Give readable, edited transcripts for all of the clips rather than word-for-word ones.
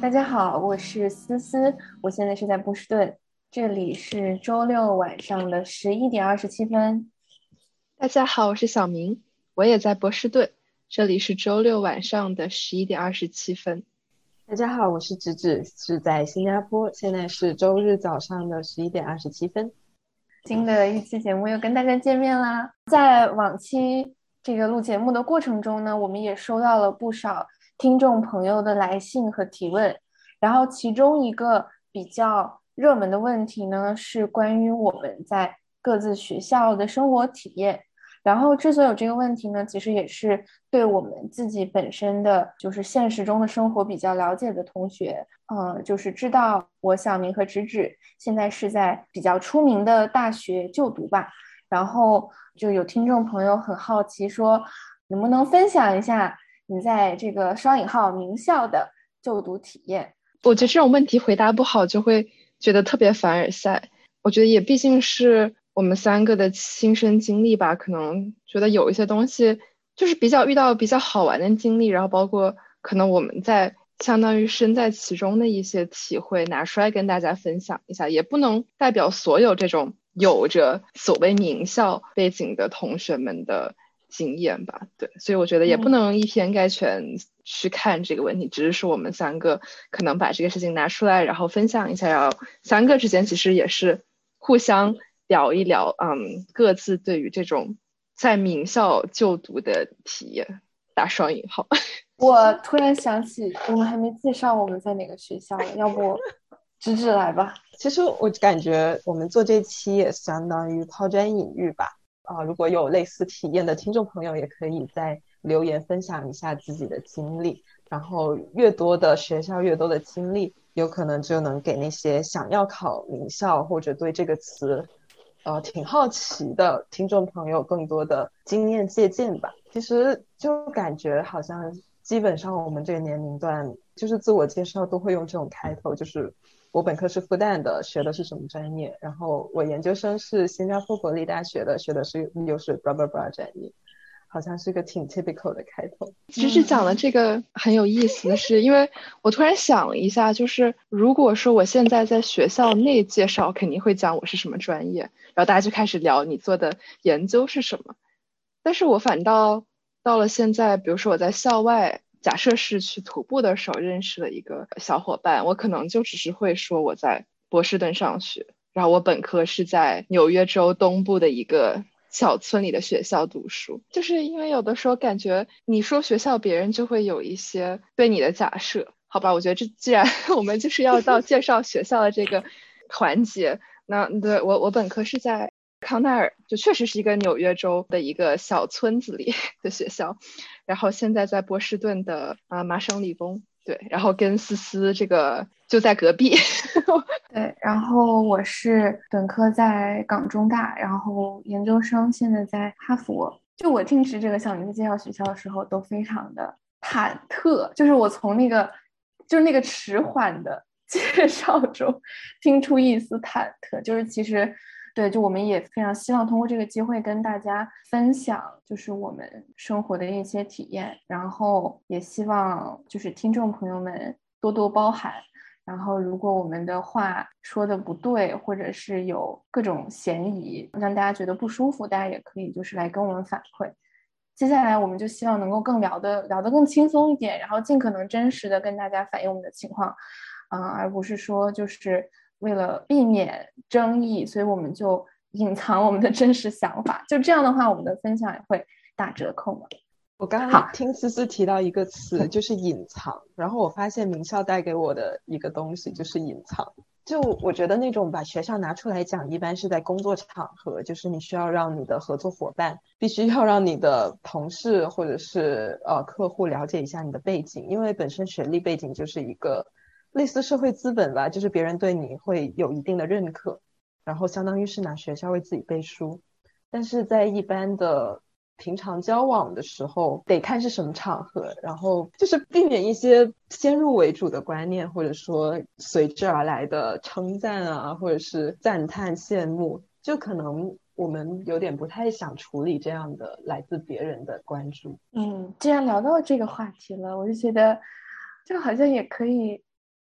大家好，我是思思，我现在是在波士顿，这里是周六晚上的11点27分。 大家好，我是小明，我也在波士顿，这里是周六晚上的11点27分。 大家好，我是直直，是在新加坡，现在是周日早上的11点27分。 新的一期节目又跟大家见面啦！在往期这个录节目的过程中呢，我们也收到了不少听众朋友的来信和提问，然后其中一个比较热门的问题呢，是关于我们在各自学校的生活体验。然后之所以有这个问题呢，其实也是对我们自己本身的就是现实中的生活比较了解的同学，就是知道我小明和直指现在是在比较出名的大学就读吧。然后就有听众朋友很好奇说，能不能分享一下你在这个双引号名校的就读体验？ 我觉得这种问题回答不好就会觉得特别凡尔赛。我觉得也毕竟是我们三个的亲身经历吧，可能觉得有一些东西就是遇到比较好玩的经历，然后包括可能我们在相当于身在其中的一些体会拿出来跟大家分享一下，也不能代表所有这种有着所谓名校背景的同学们的经验吧。对，所以我觉得也不能以偏概全去看这个问题，只是说我们三个可能把这个事情拿出来，然后分享一下，然后三个之间其实也是互相聊一聊，各自对于这种在名校就读的体验，打双引号。 我突然想起，我们还没介绍我们在哪个学校呢，要不直指来吧？ 其实我感觉我们做这期也相当于抛砖引玉吧。如果有类似体验的听众朋友，也可以在留言分享一下自己的经历。然后越多的学校，越多的经历，有可能就能给那些想要考名校或者对这个词挺好奇的听众朋友更多的经验借鉴吧。其实就感觉好像基本上我们这个年龄段，就是自我介绍都会用这种开头，就是我本科是复旦的，学的是什么专业，然后我研究生是新加坡国立大学的，学的是又是 blah blah blah 专业，好像是个挺 typical 的开头。 其实讲的这个很有意思的是，因为我突然想了一下，就是如果说我现在在学校内介绍，肯定会讲我是什么专业，然后大家就开始聊你做的研究是什么。但是我反倒到了现在，比如说我在校外，假设是去徒步的时候认识了一个小伙伴，我可能就只是会说我在波士顿上学，然后我本科是在纽约州东部的一个小村里的学校读书。就是因为有的时候感觉你说学校，别人就会有一些对你的假设。好吧，我觉得这既然我们就是要到介绍学校的这个环节，那对我本科是在康奈尔，就确实是一个纽约州的一个小村子里的学校，然后现在在波士顿的麻省理工。对，然后跟思思这个就在隔壁。 对，然后我是本科在港中大，然后研究生现在在哈佛。就我听直这个小名字介绍学校的时候，都非常的忐忑，就是我从就是那个迟缓的介绍中听出一丝忐忑。就是其实对，就我们也非常希望通过这个机会跟大家分享，就是我们生活的一些体验，然后也希望就是听众朋友们多多包涵。然后，如果我们的话说的不对，或者是有各种嫌疑，让大家觉得不舒服，大家也可以就是来跟我们反馈。接下来，我们就希望能够聊得更轻松一点，然后尽可能真实的跟大家反映我们的情况，而不是说就是为了避免争议，所以我们就隐藏我们的真实想法。就这样的话，我们的分享也会打折扣嘛。 我刚刚好， 听思思提到一个词，就是隐藏，然后我发现名校带给我的一个东西就是隐藏。就我觉得那种把学校拿出来讲，一般是在工作场合，就是你需要让你的合作伙伴，必须要让你的同事或者是客户了解一下你的背景，因为本身学历背景就是一个类似社会资本吧，就是别人对你会有一定的认可，然后相当于是拿学校为自己背书。但是在一般的平常交往的时候，得看是什么场合，然后就是避免一些先入为主的观念，或者说随之而来的称赞啊，或者是赞叹、羡慕，就可能我们有点不太想处理这样的来自别人的关注。 既然聊到这个话题了，我就觉得这个好像也可以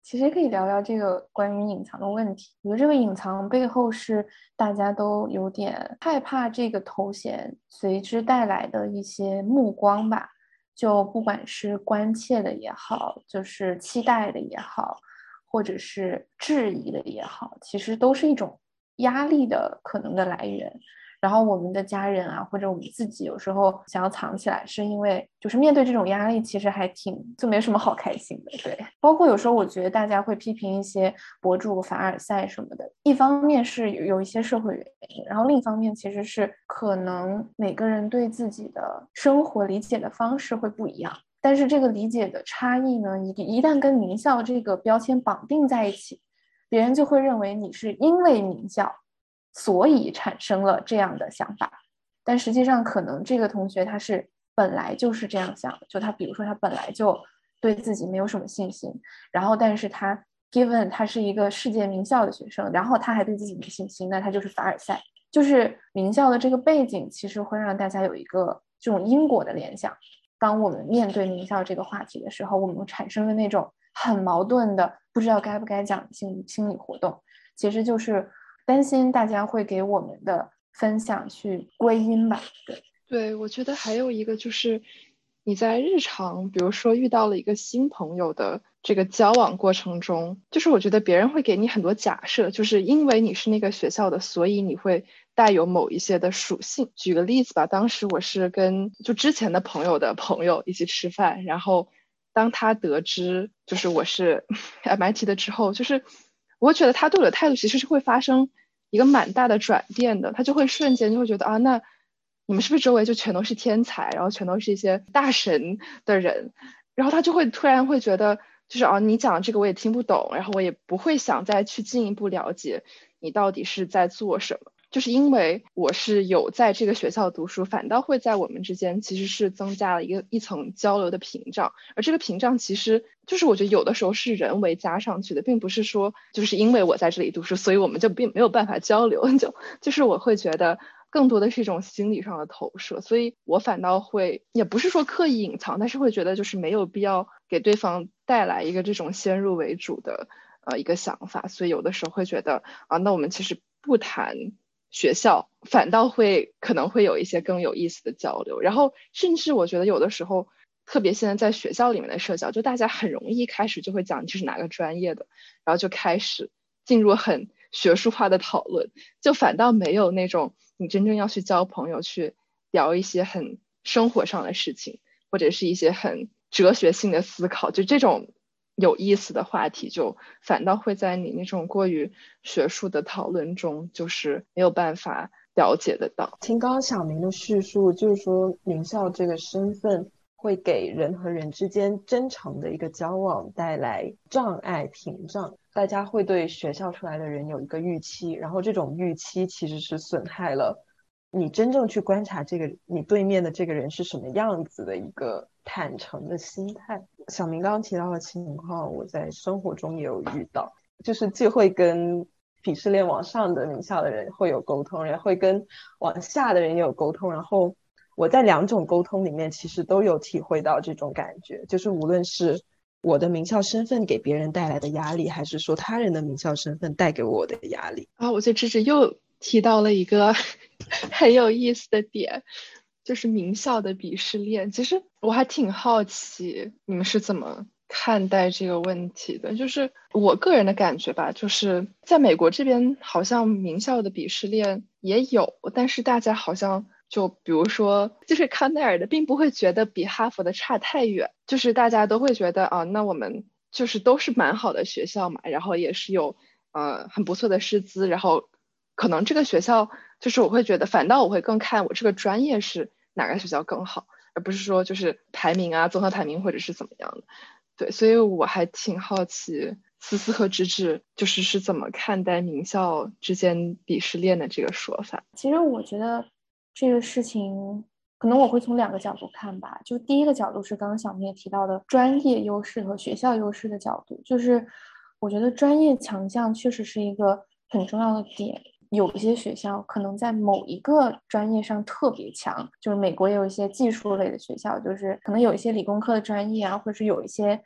其实可以聊聊这个关于隐藏的问题。我觉得这个隐藏背后是大家都有点害怕这个头衔随之带来的一些目光吧，就不管是关切的也好，就是期待的也好，或者是质疑的也好，其实都是一种压力的可能的来源。然后我们的家人啊，或者我们自己有时候想要藏起来，是因为就是面对这种压力，其实还就没什么好开心的。对，包括有时候我觉得大家会批评一些博主凡尔赛什么的，一方面是有一些社会原因，然后另一方面其实是可能每个人对自己的生活理解的方式会不一样。但是这个理解的差异呢，一旦跟名校这个标签绑定在一起，别人就会认为你是因为名校所以产生了这样的想法，但实际上可能这个同学他是本来就是这样想的，就他比如说他本来就对自己没有什么信心，然后但是他 given 他是一个世界名校的学生，然后他还对自己没信心，那他就是凡尔赛。就是名校的这个背景其实会让大家有一个这种因果的联想。当我们面对名校这个话题的时候，我们产生的那种很矛盾的不知道该不该讲的心理活动，其实就是担心大家会给我们的分享去归因吧。 对，我觉得还有一个就是你在日常，比如说遇到了一个新朋友的这个交往过程中，就是我觉得别人会给你很多假设，就是因为你是那个学校的，所以你会带有某一些的属性。举个例子吧，当时我是跟就之前的朋友的朋友一起吃饭，然后当他得知就是我是 MIT 的之后，就是我会觉得他对我的态度其实是会发生一个蛮大的转变的，他就会瞬间就会觉得啊，那你们是不是周围就全都是天才，然后全都是一些大神的人，然后他就会突然会觉得，就是啊，你讲的这个我也听不懂，然后我也不会想再去进一步了解你到底是在做什么。就是因为我是有在这个学校读书，反倒会在我们之间其实是增加了一层交流的屏障，而这个屏障其实就是我觉得有的时候是人为加上去的，并不是说就是因为我在这里读书，所以我们就并没有办法交流，就是我会觉得更多的是一种心理上的投射，所以我反倒会也不是说刻意隐藏，但是会觉得就是没有必要给对方带来一个这种先入为主的一个想法，所以有的时候会觉得啊，那我们其实不谈学校，反倒可能会有一些更有意思的交流。然后甚至我觉得有的时候，特别现在在学校里面的社交，就大家很容易开始就会讲你是哪个专业的，然后就开始进入很学术化的讨论，就反倒没有那种你真正要去交朋友，去聊一些很生活上的事情，或者是一些很哲学性的思考，就这种有意思的话题，就反倒会在你那种过于学术的讨论中，就是没有办法了解得到。 听刚刚小明的叙述，就是说名校这个身份会给人和人之间真诚的一个交往带来障碍屏障，大家会对学校出来的人有一个预期，然后这种预期其实是损害了你真正去观察你对面的这个人是什么样子的一个坦诚的心态。小明刚刚提到的情况，我在生活中也有遇到，就是既会跟鄙视链往上的名校的人会有沟通，也会跟往下的人也有沟通，然后我在两种沟通里面其实都有体会到这种感觉，就是无论是我的名校身份给别人带来的压力，还是说他人的名校身份带给我的压力啊，我觉得芝芝又提到了一个很有意思的点，就是名校的鄙视链。其实我还挺好奇你们是怎么看待这个问题的。就是我个人的感觉吧，就是在美国这边好像名校的鄙视链也有，但是大家好像就比如说就是康奈尔的并不会觉得比哈佛的差太远，就是大家都会觉得啊，那我们就是都是蛮好的学校嘛，然后也是有很不错的师资，然后可能这个学校就是我会觉得，反倒我会更看我这个专业是哪个学校更好，而不是说就是排名啊、综合排名或者是怎么样的。对，所以我还挺好奇思思和芝芝是怎么看待名校之间鄙视链的这个说法。 其实我觉得这个事情可能我会从两个角度看吧。就第一个角度是刚刚小明也提到的专业优势和学校优势的角度，就是我觉得专业强项确实是一个很重要的点。有一些学校可能在某一个专业上特别强，就是美国也有一些技术类的学校，就是可能有一些理工科的专业啊，或者是有一些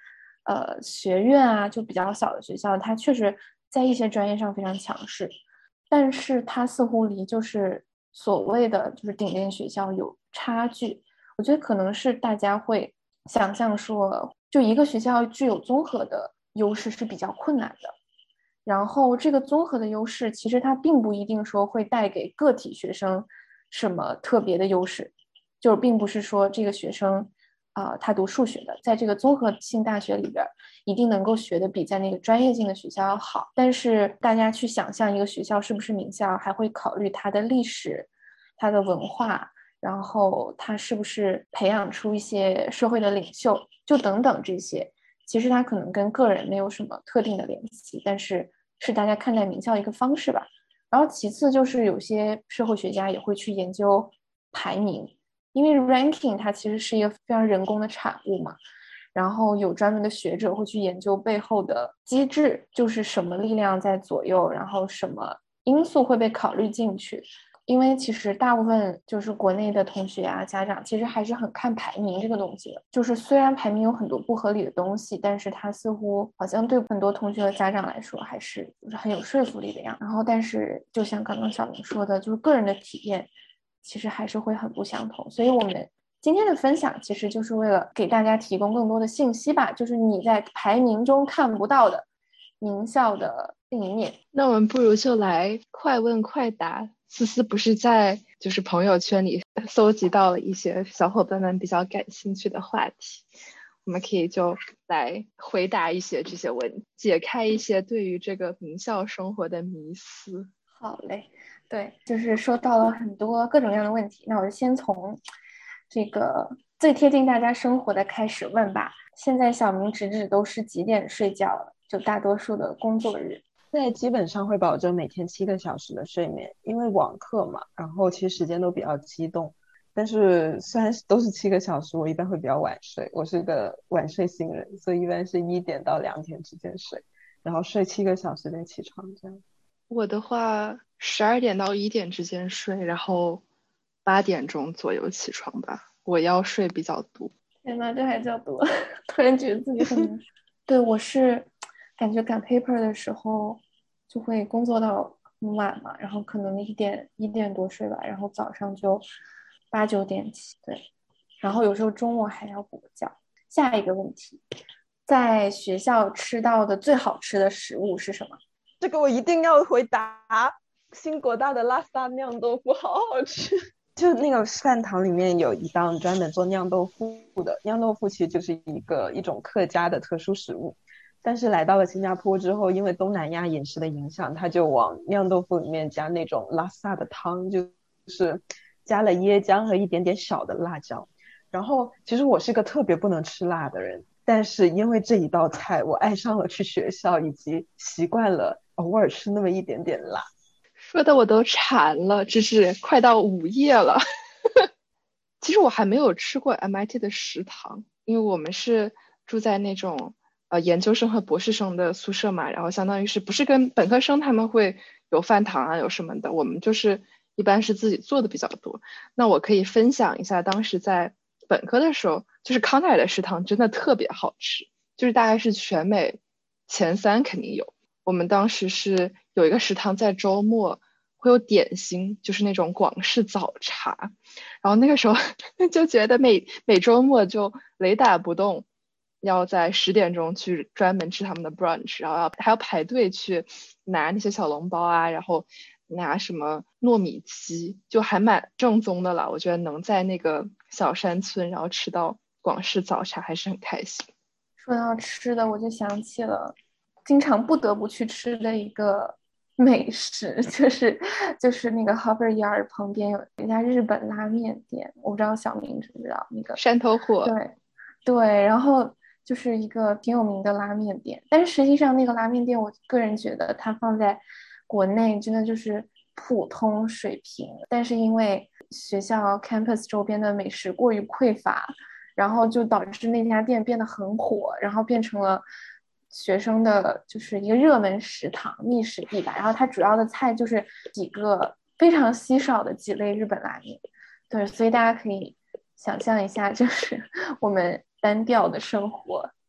学院啊，就比较小的学校，它确实在一些专业上非常强势，但是它似乎离就是所谓的就是顶尖学校有差距。我觉得可能是大家会想象说，就一个学校具有综合的优势是比较困难的。然后这个综合的优势，其实它并不一定说会带给个体学生什么特别的优势，就是并不是说这个学生他读数学的，在这个综合性大学里边一定能够学的比在那个专业性的学校要好。但是大家去想象一个学校是不是名校，还会考虑它的历史、它的文化，然后它是不是培养出一些社会的领袖，就等等这些。其实它可能跟个人没有什么特定的联系，但是是大家看待名校一个方式吧。然后其次就是有些社会学家也会去研究排名，因为 ranking 它其实是一个非常人工的产物嘛。然后有专门的学者会去研究背后的机制，就是什么力量在左右，然后什么因素会被考虑进去。因为其实大部分就是国内的同学啊，家长其实还是很看排名这个东西的。就是虽然排名有很多不合理的东西，但是它似乎好像对很多同学和家长来说还是就是很有说服力的样子。然后但是就像刚刚小明说的，就是个人的体验其实还是会很不相同。所以我们今天的分享其实就是为了给大家提供更多的信息吧，就是你在排名中看不到的名校的另一面。 那我们不如就来快问快答。思思不是在就是朋友圈里搜集到了一些小伙伴们比较感兴趣的话题，我们可以就来回答一些这些问题，解开一些对于这个名校生活的迷思。 好嘞，对，就是说到了很多各种各样的问题，那我就先从这个最贴近大家生活的开始问吧。现在小明直指都是几点睡觉？就大多数的工作日。 现在基本上会保证每天7个小时的睡眠，因为网课嘛，然后其实时间都比较激动。但是虽然都是7个小时，我一般会比较晚睡，我是个晚睡型人，所以一般是1点到2点之间睡，然后睡7个小时再起床这样。 我的话，12点到1点之间睡，然后8点钟左右起床吧。我要睡比较多。 天呐，这还叫多！突然觉得自己很难受。对，我是感觉赶 paper 的时候就会工作到很晚嘛，然后可能1点多睡吧，然后早上就8、9点起。对，然后有时候中午还要补个觉。下一个问题，在学校吃到的最好吃的食物是什么？ 这个我一定要回答，新国大的拉萨酿豆腐好好吃。就那个饭堂里面有一档专门做酿豆腐的，酿豆腐其实就是一种客家的特殊食物。但是来到了新加坡之后，因为东南亚饮食的影响，他就往酿豆腐里面加那种拉萨的汤，就是加了椰浆和一点点小的辣椒。然后其实我是个特别不能吃辣的人，但是因为这一道菜，我爱上了去学校，以及习惯了偶尔吃那么一点点辣。 说的我都馋了，这是快到午夜了。其实我还没有吃过 MIT 的食堂，因为我们是住在那种研究生和博士生的宿舍嘛，然后相当于是不是跟本科生他们会有饭堂啊有什么的，我们就是一般是自己做的比较多。那我可以分享一下，当时在本科的时候，就是康奈尔的食堂真的特别好吃，就是大概是全美前3肯定有。我们当时是有一个食堂在周末会有点心，就是那种广式早茶，然后那个时候就觉得每周末就雷打不动，要在10点钟去专门吃他们的 brunch， 然后还要排队去拿那些小笼包啊，然后拿什么糯米鸡，就还蛮正宗的了。我觉得能在那个小山村，然后吃到广式早茶还是很开心。 说到吃的，我就想起了经常不得不去吃的一个美食，就是那个 Harvard Yard 旁边有一家日本拉面店，我不知道小明知不知道那个。 山头火。 对对，然后就是一个挺有名的拉面店，但是实际上那个拉面店，我个人觉得它放在国内真的就是普通水平，但是因为学校 campus 周边的美食过于匮乏，然后就导致那家店变得很火，然后变成了学生的就是一个热门食堂觅食地吧。然后它主要的菜就是几个非常稀少的几类日本拉面。对，所以大家可以想象一下，就是我们单调的生活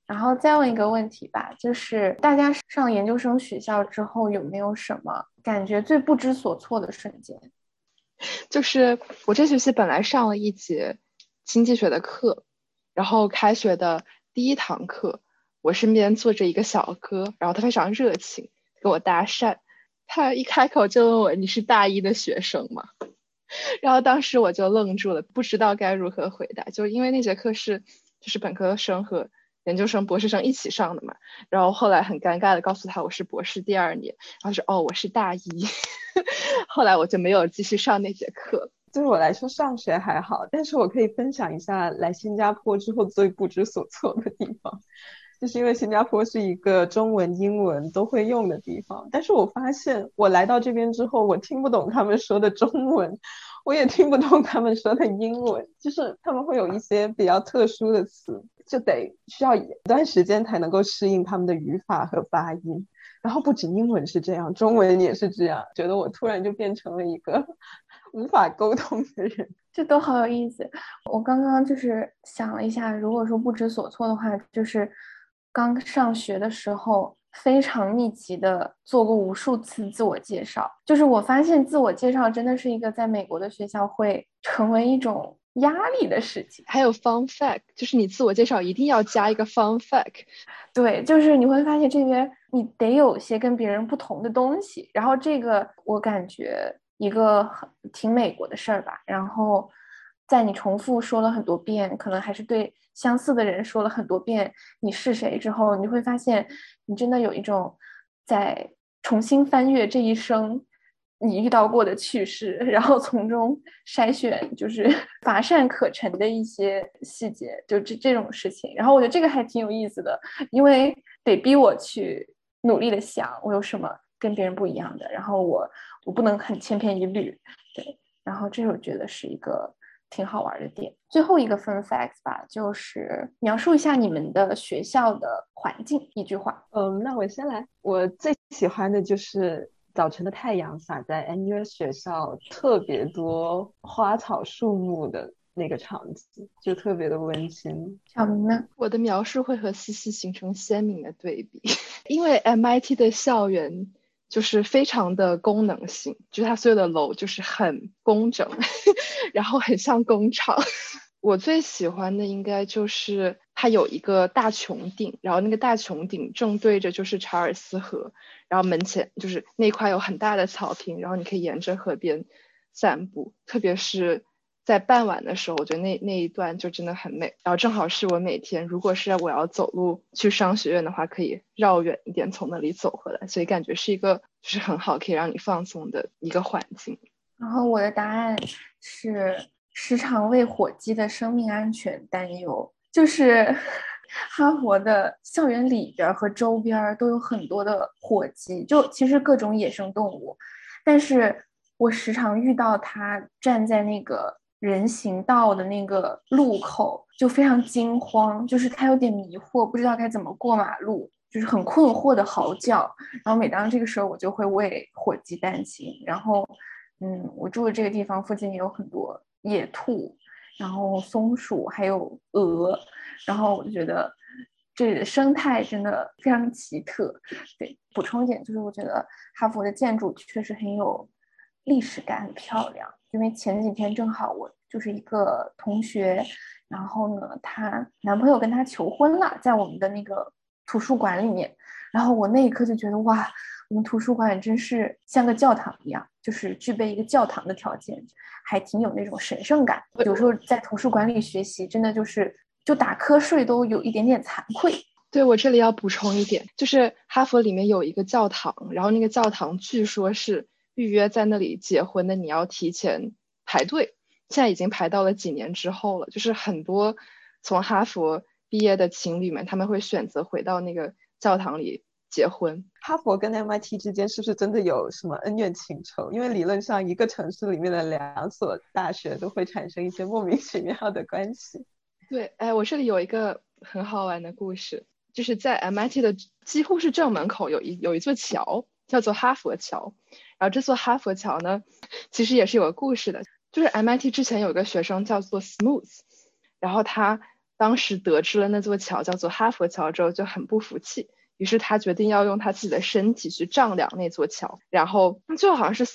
然后再问一个问题吧，就是大家上研究生学校之后有没有什么感觉最不知所措的瞬间？ 就是我这学期本来上了一节经济学的课，然后开学的第一堂课，我身边坐着一个小哥，然后他非常热情，跟我搭讪，他一开口就问我你是大一的学生吗？然后当时我就愣住了，不知道该如何回答，就因为那节课是就是本科生和研究生、博士生一起上的嘛。然后后来很尴尬的告诉他我是博士第二年，然后说哦我是大一，后来我就没有继续上那节课。 对我来说上学还好，但是我可以分享一下来新加坡之后最不知所措的地方。就是因为新加坡是一个中文、英文都会用的地方，但是我发现我来到这边之后，我听不懂他们说的中文，我也听不懂他们说的英文，就是他们会有一些比较特殊的词，就得需要一段时间才能够适应他们的语法和发音。然后不止英文是这样，中文也是这样，觉得我突然就变成了一个无法沟通的人。 这都好有意思。我刚刚就是想了一下，如果说不知所措的话，就是刚上学的时候非常密集的做过无数次自我介绍。就是我发现自我介绍真的是一个在美国的学校会成为一种压力的事情。 还有 fun fact，就是你自我介绍一定要加一个 fun fact。 对，就是你会发现这边你得有些跟别人不同的东西，然后这个我感觉一个挺美国的事儿吧。然后在你重复说了很多遍，可能还是对相似的人说了很多遍你是谁之后，你会发现你真的有一种在重新翻阅这一生你遇到过的趣事，然后从中筛选就是乏善可陈的一些细节，就这种事情。然后我觉得这个还挺有意思的，因为得逼我去努力的想我有什么跟别人不一样的，然后我不能很千篇一律，对。然后这我觉得是一个挺好玩的点。最后一个 fun fact 吧，就是描述一下你们的学校的环境，一句话。 那我先来，我最喜欢的就是早晨的太阳洒在 NUS 学校特别多花草树木的那个场景，就特别的温馨。 小明呢？ 我的描述会和西西形成鲜明的对比，因为 MIT 的校园就是非常的功能性，就是它所有的楼就是很工整，然后很像工厂。我最喜欢的应该就是它有一个大穹顶，然后那个大穹顶正对着就是查尔斯河，然后门前就是那块有很大的草坪，然后你可以沿着河边散步，特别是在傍晚的时候，我觉得那一段就真的很美。然后正好是我每天如果是我要走路去商学院的话，可以绕远一点从那里走回来，所以感觉是一个就是很好可以让你放松的一个环境。 然后我的答案是时常为火鸡的生命安全担忧，就是哈佛的校园里边和周边都有很多的火鸡，就其实各种野生动物，但是我时常遇到它站在那个人行道的那个路口，就非常惊慌，就是它有点迷惑，不知道该怎么过马路。就是很困惑的嚎叫，然后每当这个时候，我就会为火鸡担心。然后我住的这个地方附近也有很多野兔，然后松鼠，还有鹅，然后我就觉得这里的生态真的非常奇特。对，补充一点，就是我觉得哈佛的建筑确实很有历史感，很漂亮。因为前几天正好我就是一个同学，然后呢，她男朋友跟她求婚了，在我们的那个图书馆里面，然后我那一刻就觉得哇。我们图书馆真是像个教堂一样，就是具备一个教堂的条件，还挺有那种神圣感。有时候在图书馆里学习，真的就打瞌睡都有一点点惭愧。 对，我这里要补充一点，就是哈佛里面有一个教堂，然后那个教堂据说是预约在那里结婚的，你要提前排队，现在已经排到了几年之后了。就是很多从哈佛毕业的情侣们，他们会选择回到那个教堂里结婚。 哈佛跟 MIT 之间是不是真的有什么恩怨情仇？因为理论上一个城市里面的两所大学都会产生一些莫名其妙的关系。 对，哎，我这里有一个很好玩的故事，就是在 MIT 的几乎是正门口有一座桥，叫做哈佛桥。然后这座哈佛桥呢，其实也是有个故事的，就是 MIT 之前有一个学生叫做 Smooth，然后他当时得知了那座桥叫做哈佛桥之后就很不服气，于是他决定要用他自己的身体去丈量那座桥，然后最后好像是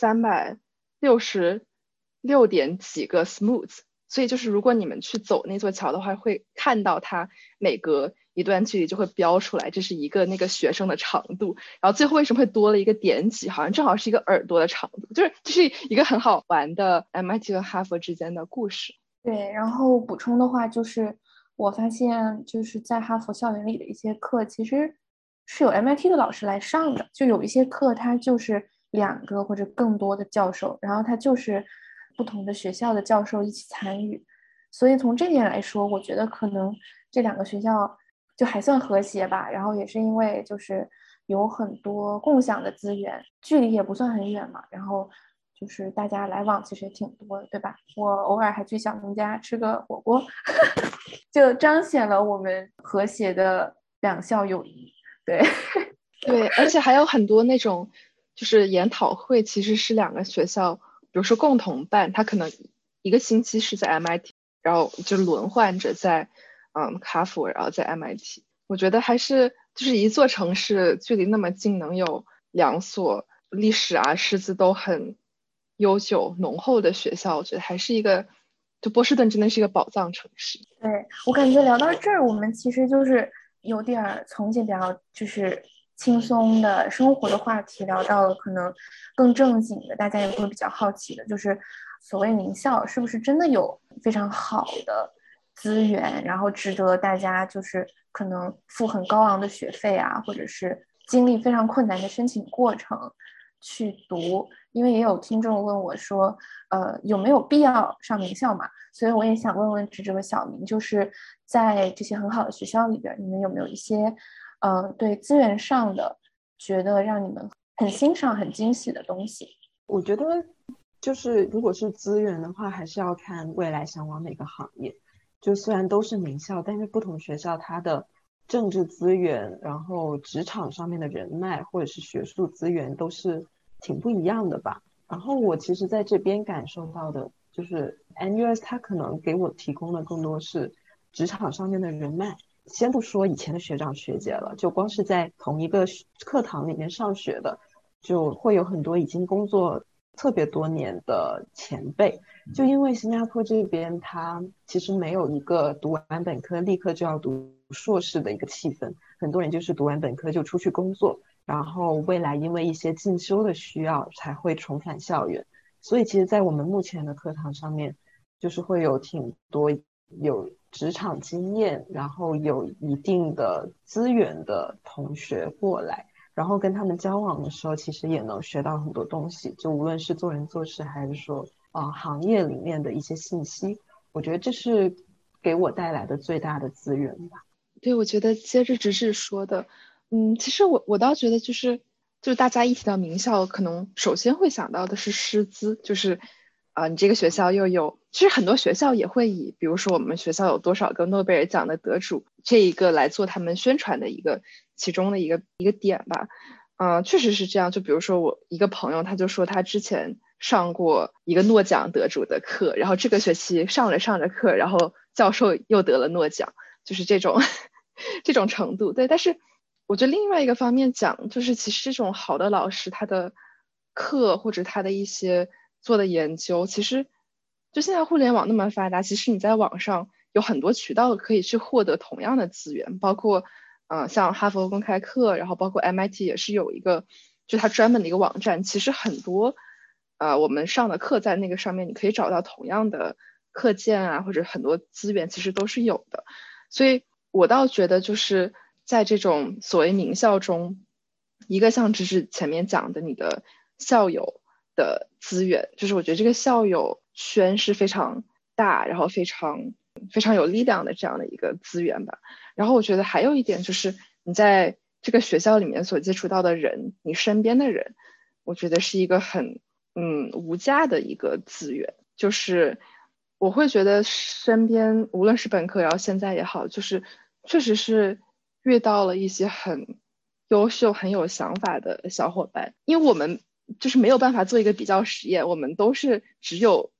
366点几个 smooth，所以就是如果你们去走那座桥的话，会看到它每隔一段距离就会标出来，这是一个那个学生的长度，然后最后为什么会多了一个点几，好像正好是一个耳朵的长度，就是这是一个很好玩的 MIT 和哈佛之间的故事。 对，然后补充的话就是，我发现就是在哈佛校园里的一些课，其实是有 MIT 的老师来上的，就有一些课它就是2个或者更多的教授，然后它就是不同的学校的教授一起参与，所以从这点来说，我觉得可能这2个学校就还算和谐吧。然后也是因为就是有很多共享的资源，距离也不算很远嘛，然后就是大家来往其实也挺多的，对吧？我偶尔还去小明家吃个火锅，就彰显了我们和谐的2校友谊。对对，而且还有很多那种就是研讨会，其实是2个学校，比如说共同办，他可能一个星期是在 MIT，然后就轮换着在哈佛，然后在 MIT。我觉得还是就是一座城市距离那么近，能有2所历史啊师资都很悠久浓厚的学校，我觉得还是一个，就波士顿真的是一个宝藏城市。 对，我感觉聊到这儿，我们其实就是有点儿从一些比较就是轻松的生活的话题聊到了可能更正经的，大家也会比较好奇的，就是所谓名校是不是真的有非常好的资源，然后值得大家就是可能付很高昂的学费啊，或者是经历非常困难的申请过程去读。因为也有听众问我说，有没有必要上名校嘛？所以我也想问问直直和小明，就是在这些很好的学校里边，你们有没有一些，对资源上的觉得让你们很欣赏、很惊喜的东西？ 我觉得就是如果是资源的话，还是要看未来想往哪个行业。就虽然都是名校，但是不同学校它的政治资源，然后职场上面的人脉，或者是学术资源都是挺不一样的吧。然后我其实在这边感受到的就是 NUS 它可能给我提供的更多是职场上面的人脉。先不说以前的学长学姐了，就光是在同一个课堂里面上学的，就会有很多已经工作特别多年的前辈。就因为新加坡这边它其实没有一个读完本科立刻就要读硕士的一个气氛，很多人就是读完本科就出去工作，然后未来因为一些进修的需要才会重返校园。所以其实在我们目前的课堂上面，就是会有挺多有职场经验，然后有一定的资源的同学过来，然后跟他们交往的时候，其实也能学到很多东西，就无论是做人做事，还是说行业里面的一些信息，我觉得这是给我带来的最大的资源吧。 对，我觉得接着直直说的，其实我倒觉得就是大家一提到名校，可能首先会想到的是师资，就是你这个学校又有，其实很多学校也会以，比如说我们学校有多少个诺贝尔奖的得主，这一个来做他们宣传的其中的一个点吧。确实是这样。就比如说我一个朋友，他就说他之前上过一个诺奖得主的课，然后这个学期上着课，然后教授又得了诺奖，就是这种这种程度。对，但是我觉得另外一个方面讲，就是其实这种好的老师，他的课或者他的一些做的研究，其实就现在互联网那么发达，其实你在网上有很多渠道可以去获得同样的资源，包括像哈佛公开课，然后包括 MIT 也是有一个就它专门的一个网站，其实很多我们上的课在那个上面你可以找到同样的课件啊，或者很多资源其实都是有的。所以我倒觉得就是在这种所谓名校中，一个像只是前面讲的你的校友的资源，就是我觉得这个校友圈是非常大，然后非常非常有力量的这样的一个资源吧。然后我觉得还有一点就是你在这个学校里面所接触到的人，你身边的人，我觉得是一个很无价的一个资源。就是我会觉得身边无论是本科然后现在也好，就是确实是遇到了一些很优秀很有想法的小伙伴。因为我们就是没有办法做一个比较实验，我们都是只有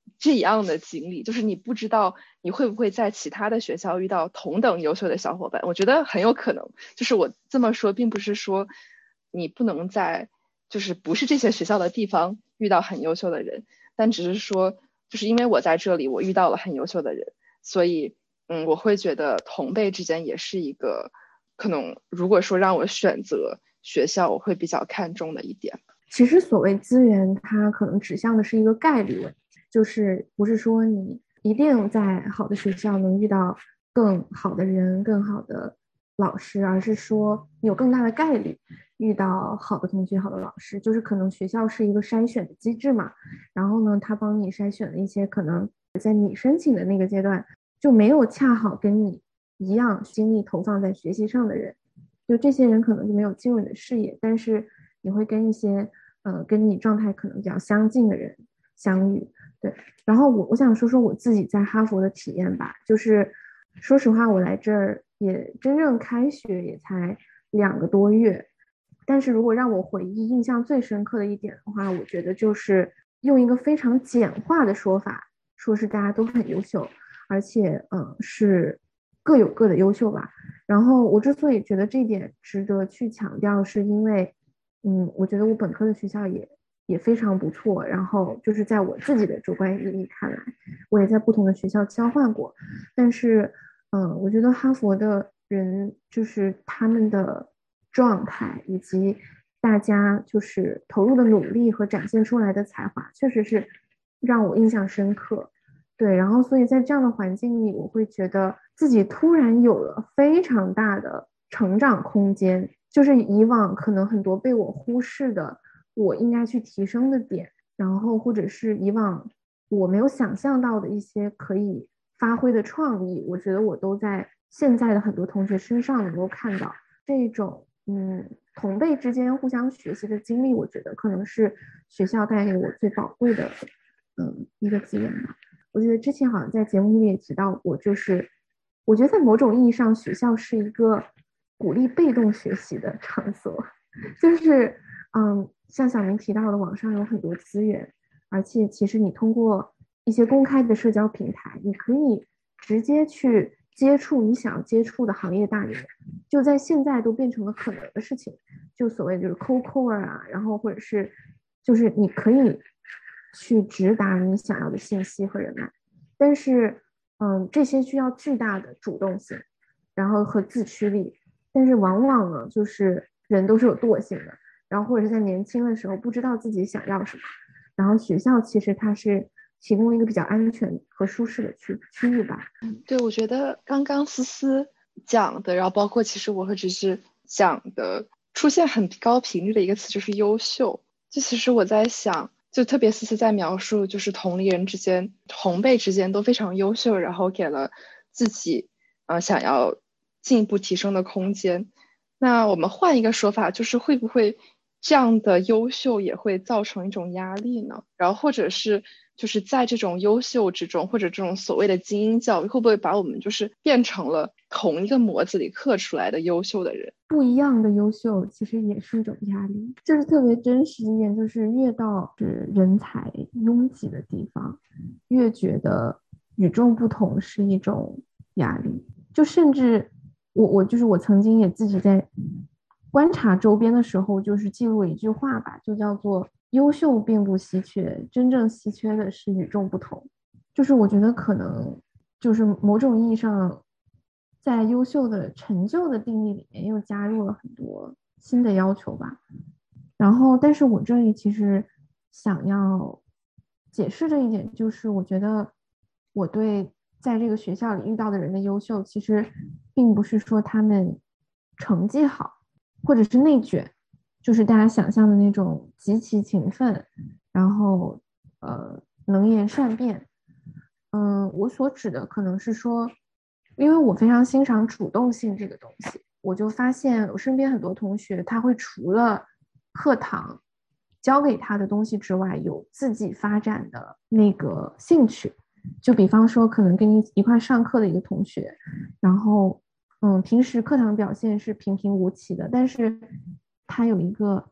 这样的经历，就是你不知道你会不会在其他的学校遇到同等优秀的小伙伴。我觉得很有可能，就是我这么说并不是说你不能在就是不是这些学校的地方遇到很优秀的人，但只是说就是因为我在这里我遇到了很优秀的人，所以我会觉得同辈之间也是一个可能，如果说让我选择学校我会比较看重的一点。 其实所谓资源，它可能指向的是一个概率问题，就是不是说你一定在好的学校能遇到更好的人、更好的老师，而是说你有更大的概率遇到好的同学、好的老师。就是可能学校是一个筛选的机制嘛，然后呢，它帮你筛选了一些可能在你申请的那个阶段就没有恰好跟你一样精力投放在学习上的人，就这些人可能就没有进入你的视野，但是你会跟一些跟你状态可能比较相近的人相遇。对，然后我想说说我自己在哈佛的体验吧，就是说实话，我来这儿也真正开学也才2个多月，但是如果让我回忆印象最深刻的一点的话，我觉得就是用一个非常简化的说法，说是大家都很优秀，而且是各有各的优秀吧。然后我之所以觉得这一点值得去强调，是因为我觉得我本科的学校也非常不错，然后就是在我自己的主观意义看来，我也在不同的学校交换过，但是我觉得哈佛的人就是他们的状态以及大家就是投入的努力和展现出来的才华，确实是让我印象深刻。对，然后所以在这样的环境里，我会觉得自己突然有了非常大的成长空间，就是以往可能很多被我忽视的我应该去提升的点，然后或者是以往我没有想象到的一些可以发挥的创意，我觉得我都在现在的很多同学身上能够看到。这种同辈之间互相学习的经历，我觉得可能是学校带给我最宝贵的一个资源吧。我记得之前好像在节目里也提到过，就是我觉得在某种意义上，学校是一个鼓励被动学习的场所，就是像小明提到的，网上有很多资源，而且其实你通过一些公开的社交平台，你可以直接去接触你想要接触的行业大牛，就在现在都变成了可能的事情。就所谓就是 cold core 啊，然后或者是就是你可以去直达你想要的信息和人脉，但是这些需要巨大的主动性，然后和自驱力，但是往往呢，就是人都是有惰性的，然后或者是在年轻的时候不知道自己想要什么，然后学校其实它是提供一个比较安全和舒适的区域吧。 对，我觉得刚刚思思讲的，然后包括其实我和只是讲的，出现很高频率的一个词就是优秀。就其实我在想，就特别思思在描述，就是同龄人之间、同辈之间都非常优秀，然后给了自己想要进一步提升的空间。那我们换一个说法，就是会不会这样的优秀也会造成一种压力呢？然后或者是就是在这种优秀之中，或者这种所谓的精英教育，会不会把我们就是变成了同一个模子里刻出来的优秀的人？ 不一样的优秀其实也是一种压力，就是特别真实一点，就是越到是人才拥挤的地方，越觉得与众不同是一种压力。就甚至我曾经也自己在观察周边的时候，就是记录一句话吧，就叫做优秀并不稀缺，真正稀缺的是与众不同。就是我觉得可能就是某种意义上，在优秀的成就的定义里面又加入了很多新的要求吧。然后，但是我这里其实想要解释这一点，就是我觉得我对在这个学校里遇到的人的优秀，其实并不是说他们成绩好，或者是内卷，就是大家想象的那种极其勤奋，然后能言善辩。我所指的可能是说，因为我非常欣赏主动性这个东西，我就发现我身边很多同学，他会除了课堂教给他的东西之外，有自己发展的那个兴趣。就比方说，可能跟你一块上课的一个同学，然后平时课堂表现是平平无奇的，但是他有一个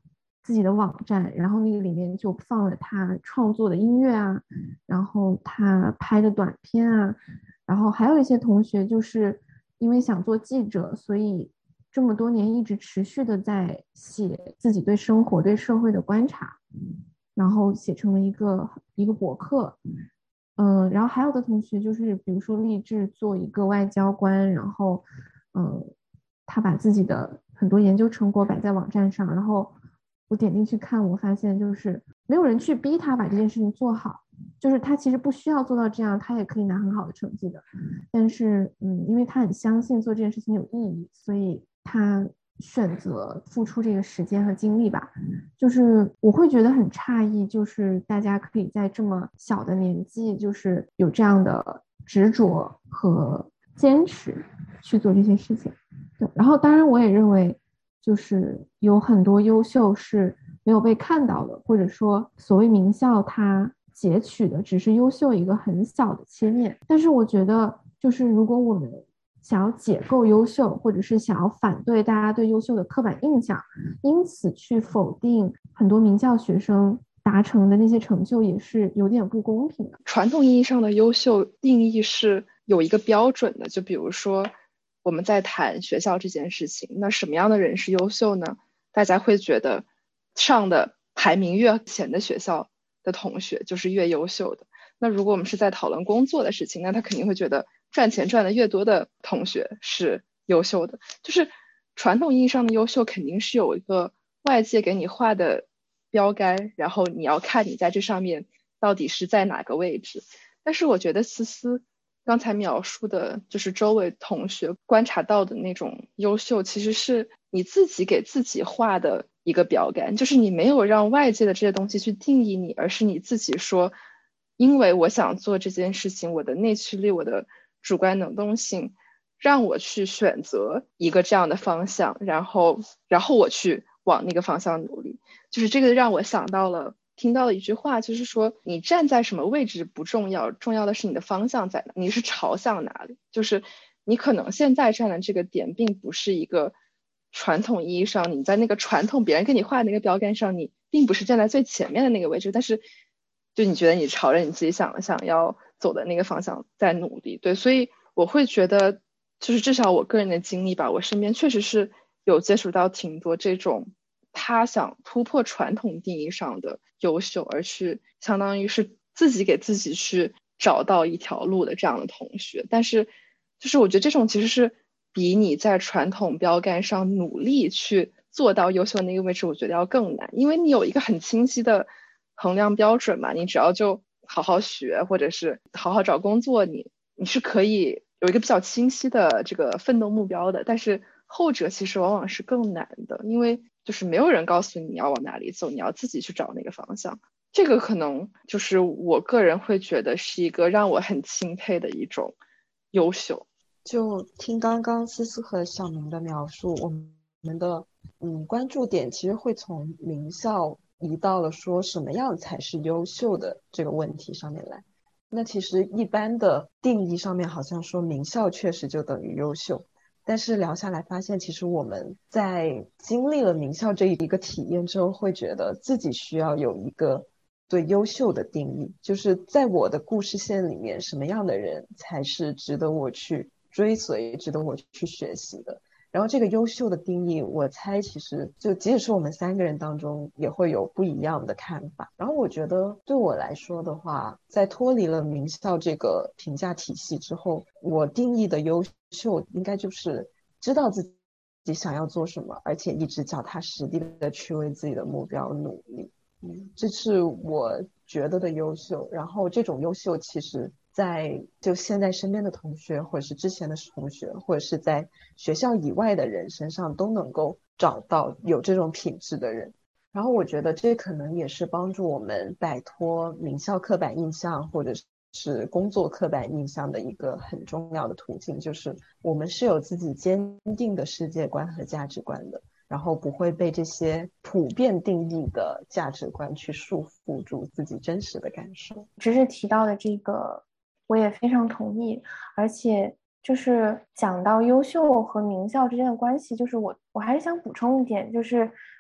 自己的网站，然后那个里面就放了他创作的音乐啊，然后他拍的短片啊，然后还有一些同学就是因为想做记者，所以这么多年一直持续的在写自己对生活对社会的观察，然后写成了一个博客。然后还有的同学就是比如说立志做一个外交官，然后他把自己的很多研究成果摆在网站上，然后我点进去看，我发现就是没有人去逼他把这件事情做好，就是他其实不需要做到这样，他也可以拿很好的成绩的。但是因为他很相信做这件事情有意义，所以他选择付出这个时间和精力吧。就是我会觉得很诧异，就是大家可以在这么小的年纪，就是有这样的执着和坚持去做这些事情。对，然后当然我也认为，就是有很多优秀是没有被看到的，或者说所谓名校它截取的只是优秀一个很小的切面。但是我觉得，就是如果我们想要解构优秀，或者是想要反对大家对优秀的刻板印象，因此去否定很多名校学生达成的那些成就，也是有点不公平的。 传统意义上的优秀定义是有一个标准的，就比如说我们在谈学校这件事情，那什么样的人是优秀呢？大家会觉得上的排名越前的学校的同学就是越优秀的。那如果我们是在讨论工作的事情，那他肯定会觉得赚钱赚的越多的同学是优秀的。就是传统意义上的优秀肯定是有一个外界给你画的标杆，然后你要看你在这上面到底是在哪个位置。但是我觉得思思刚才描述的就是周围同学观察到的那种优秀，其实是你自己给自己画的一个标杆，就是你没有让外界的这些东西去定义你，而是你自己说，因为我想做这件事情，我的内驱力，我的主观能动性让我去选择一个这样的方向，然后我去往那个方向努力。就是这个让我想到了听到了一句话，就是说你站在什么位置不重要，重要的是你的方向在哪，你是朝向哪里。就是你可能现在站的这个点并不是一个传统意义上你在那个传统别人给你画的那个标杆上，你并不是站在最前面的那个位置，但是就你觉得你朝着你自己想要走的那个方向在努力。对，所以我会觉得就是至少我个人的经历吧，我身边确实是有接触到挺多这种他想突破传统定义上的优秀，而是相当于是自己给自己去找到一条路的这样的同学。但是就是我觉得这种其实是比你在传统标杆上努力去做到优秀的那个位置，我觉得要更难，因为你有一个很清晰的衡量标准嘛，你只要就好好学，或者是好好找工作，你是可以有一个比较清晰的这个奋斗目标的。但是后者其实往往是更难的，因为就是没有人告诉你要往哪里走，你要自己去找那个方向。这个可能就是我个人会觉得是一个让我很钦佩的一种优秀。 就听刚刚思思和小明的描述，我们的关注点其实会从名校移到了说什么样才是优秀的这个问题上面来。那其实一般的定义上面好像说名校确实就等于优秀，但是聊下来发现，其实我们在经历了名校这一个体验之后，会觉得自己需要有一个对优秀的定义，就是在我的故事线里面，什么样的人才是值得我去追随，值得我去学习的。然后这个优秀的定义，我猜其实就即使是我们三个人当中也会有不一样的看法。然后我觉得对我来说的话，在脱离了名校这个评价体系之后，我定义的优秀应该就是知道自己想要做什么，而且一直脚踏实地的去为自己的目标努力。这是我觉得的优秀。然后这种优秀其实在就现在身边的同学，或者是之前的同学，或者是在学校以外的人身上都能够找到有这种品质的人。然后我觉得这可能也是帮助我们摆脱名校刻板印象或者是工作刻板印象的一个很重要的途径，就是我们是有自己坚定的世界观和价值观的，然后不会被这些普遍定义的价值观去束缚住自己真实的感受。 只是提到的这个我也非常同意，而且就是讲到优秀和名校之间的关系，就是我还是想补充一点，就是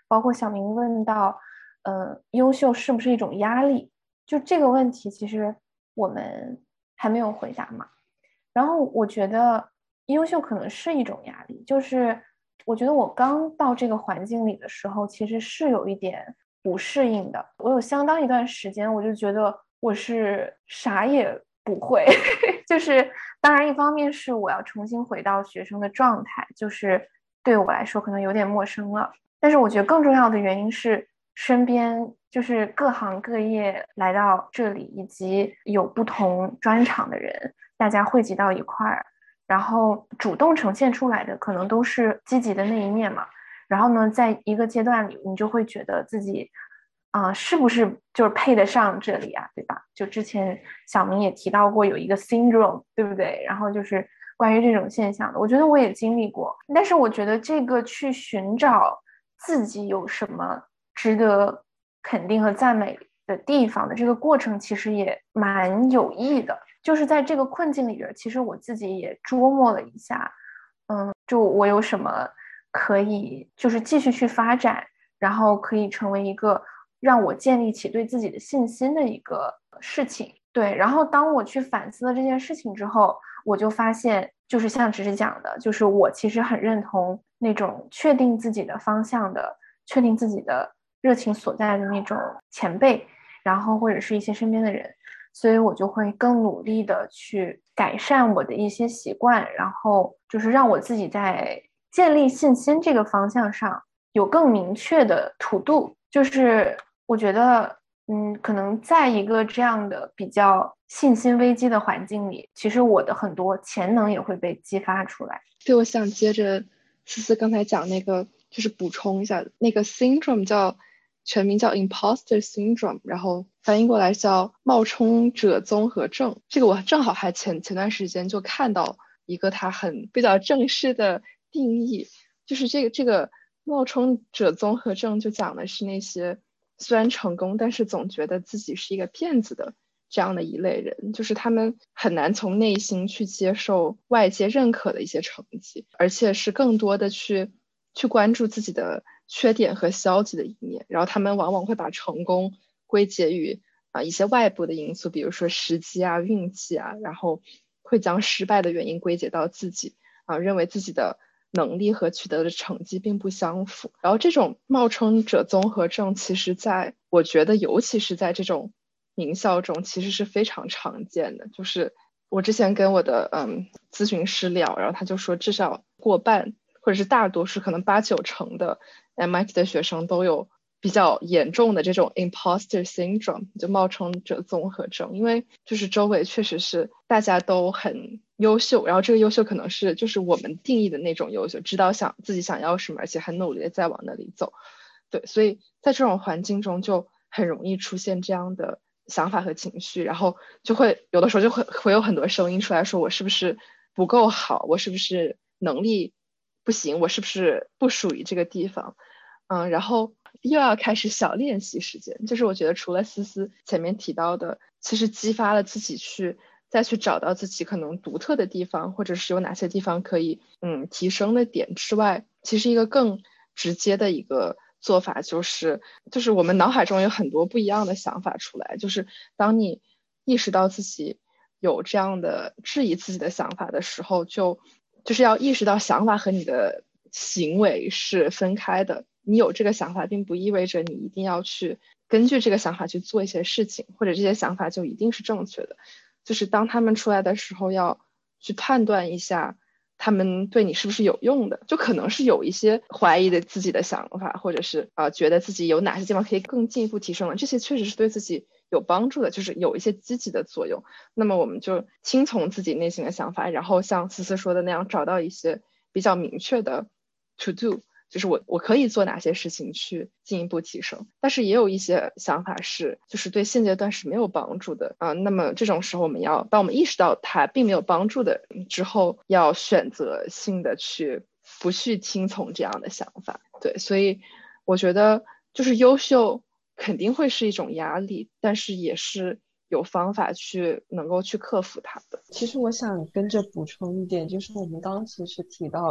包括小明问到，优秀是不是一种压力？就这个问题，其实我们还没有回答嘛。然后我觉得优秀可能是一种压力，就是我觉得我刚到这个环境里的时候，其实是有一点不适应的。我有相当一段时间，我就觉得我是啥也不会，就是当然一方面是我要重新回到学生的状态，就是对我来说可能有点陌生了。但是我觉得更重要的原因是身边就是各行各业来到这里，以及有不同专长的人，大家汇集到一块儿，然后主动呈现出来的可能都是积极的那一面嘛。然后呢，在一个阶段里，你就会觉得自己是不是就是配得上这里啊，对吧？就之前小明也提到过有一个 syndrome，对不对？然后就是关于这种现象的，我觉得我也经历过。但是我觉得这个去寻找自己有什么值得肯定和赞美的地方的这个过程，其实也蛮有益的。就是在这个困境里边，其实我自己也琢磨了一下，就我有什么可以就是继续去发展，然后可以成为一个让我建立起对自己的信心的一个事情。对，然后当我去反思了这件事情之后，我就发现，就是像只是讲的，就是我其实很认同那种确定自己的方向的、确定自己的热情所在的那种前辈，然后或者是一些身边的人，所以我就会更努力的去改善我的一些习惯，然后就是让我自己在建立信心这个方向上有更明确的to do。就是我觉得，可能在一个这样的比较信心危机的环境里，其实我的很多潜能也会被激发出来。 对，我想接着思思刚才讲那个，就是补充一下，那个 syndrome 全名叫 imposter syndrome，然后翻译过来叫冒充者综合症。这个我正好还前段时间就看到一个它很比较正式的定义，就是这个冒充者综合症就讲的是那些虽然成功，但是总觉得自己是一个骗子的这样的一类人，就是他们很难从内心去接受外界认可的一些成绩，而且是更多的去关注自己的缺点和消极的一面，然后他们往往会把成功归结于一些外部的因素，比如说时机啊、运气啊，然后会将失败的原因归结到自己认为自己的能力和取得的成绩并不相符。然后这种冒充者综合症，其实我觉得尤其是在这种名校中其实是非常常见的。就是我之前跟我的咨询师聊，然后他就说至少过半或者是大多数可能8-9成的 MIT 的学生都有比较严重的这种 imposter syndrome， 就冒充者综合症。因为就是周围确实是大家都很优秀，然后这个优秀可能是就是我们定义的那种优秀，知道自己想要什么，而且很努力的在往那里走。对，所以在这种环境中就很容易出现这样的想法和情绪，然后就会有的时候就会有很多声音出来说我是不是不够好，我是不是能力不行，我是不是不属于这个地方。然后又要开始小练习时间，就是我觉得除了思思前面提到的其实激发了自己再去找到自己可能独特的地方，或者是有哪些地方可以提升的点之外，其实一个更直接的一个做法就是我们脑海中有很多不一样的想法出来，就是当你意识到自己有这样的质疑自己的想法的时候，就是要意识到想法和你的行为是分开的。你有这个想法并不意味着你一定要去根据这个想法去做一些事情，或者这些想法就一定是正确的。就是当他们出来的时候，要去判断一下他们对你是不是有用的，就可能是有一些怀疑的自己的想法，或者是觉得自己有哪些地方可以更进一步提升了，这些确实是对自己有帮助的，就是有一些积极的作用。那么我们就听从自己内心的想法，然后像思思说的那样，找到一些比较明确的 to do，就是我可以做哪些事情去进一步提升。但是也有一些想法就是对现阶段是没有帮助的那么这种时候当我们意识到它并没有帮助的之后，要选择性的不去听从这样的想法。对，所以我觉得就是优秀肯定会是一种压力，但是也是有方法能够去克服它的。 其实我想跟着补充一点，就是我们刚刚其实提到了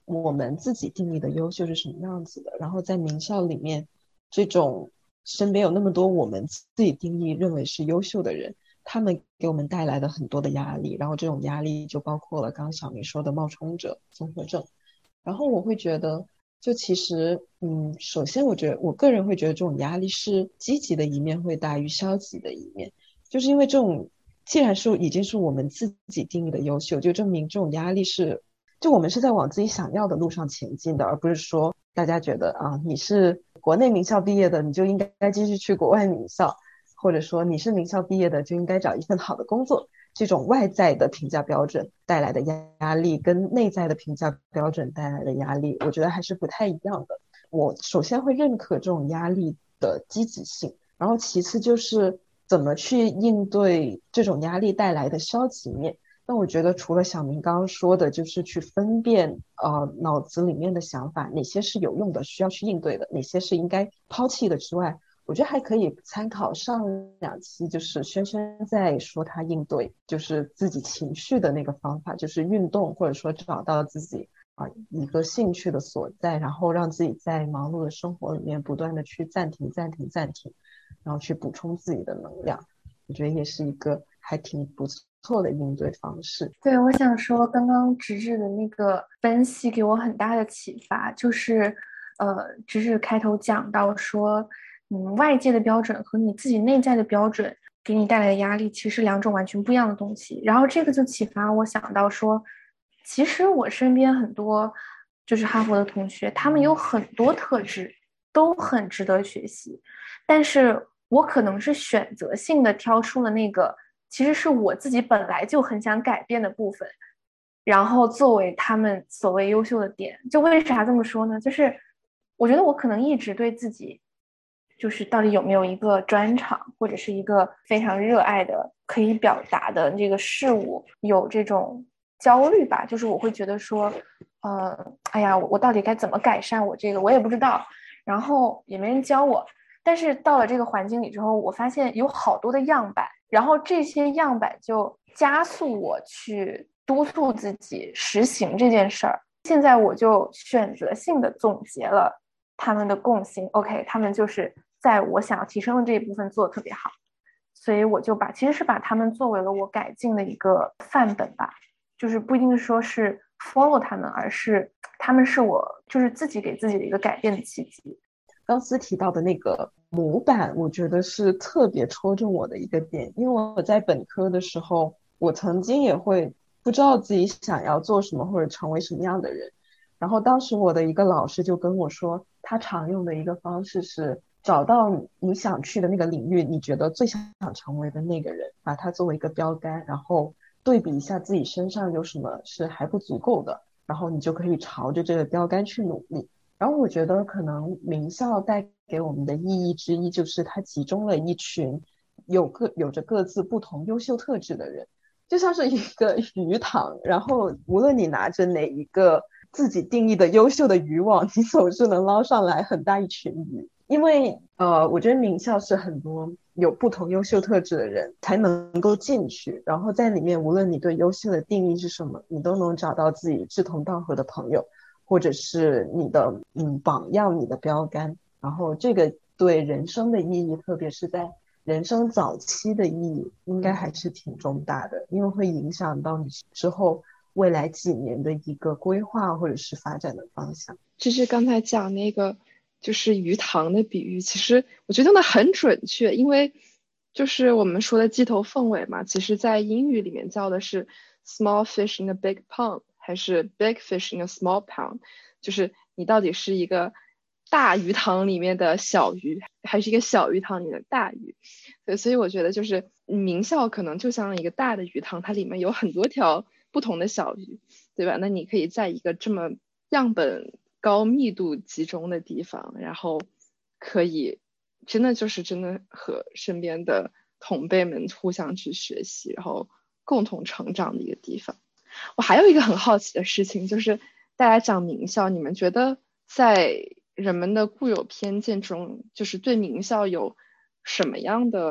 我们自己定义的优秀是什么样子的，然后在名校里面，这种身边有那么多我们自己定义认为是优秀的人，他们给我们带来了很多的压力，然后这种压力就包括了刚刚小明说的冒充者综合症。然后我会觉得，就其实，首先我个人会觉得这种压力是积极的一面会大于消极的一面，就是因为这种既然是已经是我们自己定义的优秀，就证明这种压力是，就我们是在往自己想要的路上前进的，而不是说大家觉得啊，你是国内名校毕业的，你就应该继续去国外名校，或者说你是名校毕业的就应该找一份好的工作。这种外在的评价标准带来的压力跟内在的评价标准带来的压力，我觉得还是不太一样的。我首先会认可这种压力的积极性，然后其次就是怎么去应对这种压力带来的消极面。那我觉得除了小明刚刚说的，就是去分辨脑子里面的想法，哪些是有用的需要去应对的，哪些是应该抛弃的之外，我觉得还可以参考上2期，就是轩轩在说他应对就是自己情绪的那个方法，就是运动，或者说找到自己一个兴趣的所在，然后让自己在忙碌的生活里面不断的去暂停，然后去补充自己的能量。我觉得也是一个还挺不错的应对方式。 对，我想说，刚刚直直的那个分析给我很大的启发，就是直直开头讲到说，外界的标准和你自己内在的标准给你带来的压力，其实是2种完全不一样的东西。然后这个就启发我想到说，其实我身边很多就是哈佛的同学，他们有很多特质都很值得学习，但是我可能是选择性的挑出了那个其实是我自己本来就很想改变的部分，然后作为他们所谓优秀的点。就为啥这么说呢？就是我觉得我可能一直对自己就是到底有没有一个专长，或者是一个非常热爱的可以表达的这个事物有这种焦虑吧。就是我会觉得说哎呀，我到底该怎么改善我这个我也不知道，然后也没人教我。但是到了这个环境里之后，我发现有好多的样板，然后这些样板就加速我去督促自己实行这件事儿。现在我就选择性的总结了他们的共性 ，OK， 他们就是在我想要提升的这一部分做得特别好，所以我就其实是把他们作为了我改进的一个范本吧，就是不一定说是 follow 他们，而是他们是我就是自己给自己的一个改变的契机。 刚思提到的那个模板，我觉得是特别戳中我的一个点，因为我在本科的时候，我曾经也会不知道自己想要做什么或者成为什么样的人，然后当时我的一个老师就跟我说，他常用的一个方式是找到你想去的那个领域，你觉得最想成为的那个人，把它作为一个标杆，然后对比一下自己身上有什么是还不足够的，然后你就可以朝着这个标杆去努力。然后我觉得可能名校带给我们的意义之一，就是它集中了一群有着各自不同优秀特质的人，就像是一个鱼塘，然后无论你拿着哪一个自己定义的优秀的渔网，你总是能捞上来很大一群鱼。因为我觉得名校是很多有不同优秀特质的人才能够进去，然后在里面无论你对优秀的定义是什么，你都能找到自己志同道合的朋友，或者是你的榜样，你的标杆。然后这个对人生的意义，特别是在人生早期的意义，应该还是挺重大的，因为会影响到你之后未来几年的一个规划或者是发展的方向。 就是刚才讲那个就是鱼塘的比喻，其实我觉得用的很准确，因为就是我们说的鸡头凤尾嘛，其实在英语里面叫的是 small fish in a big pond， 还是 big fish in a small pond， 就是你到底是一个大鱼塘里面的小鱼，还是一个小鱼塘里的大鱼。对，所以我觉得就是名校可能就像一个大的鱼塘，它里面有很多条不同的小鱼，对吧？那你可以在一个这么样本高密度集中的地方，然后可以真的和身边的同辈们互相去学习，然后共同成长的一个地方。我还有一个很好奇的事情，就是大家讲名校，你们觉得在人们的固有偏见中，就是对名校有什么样的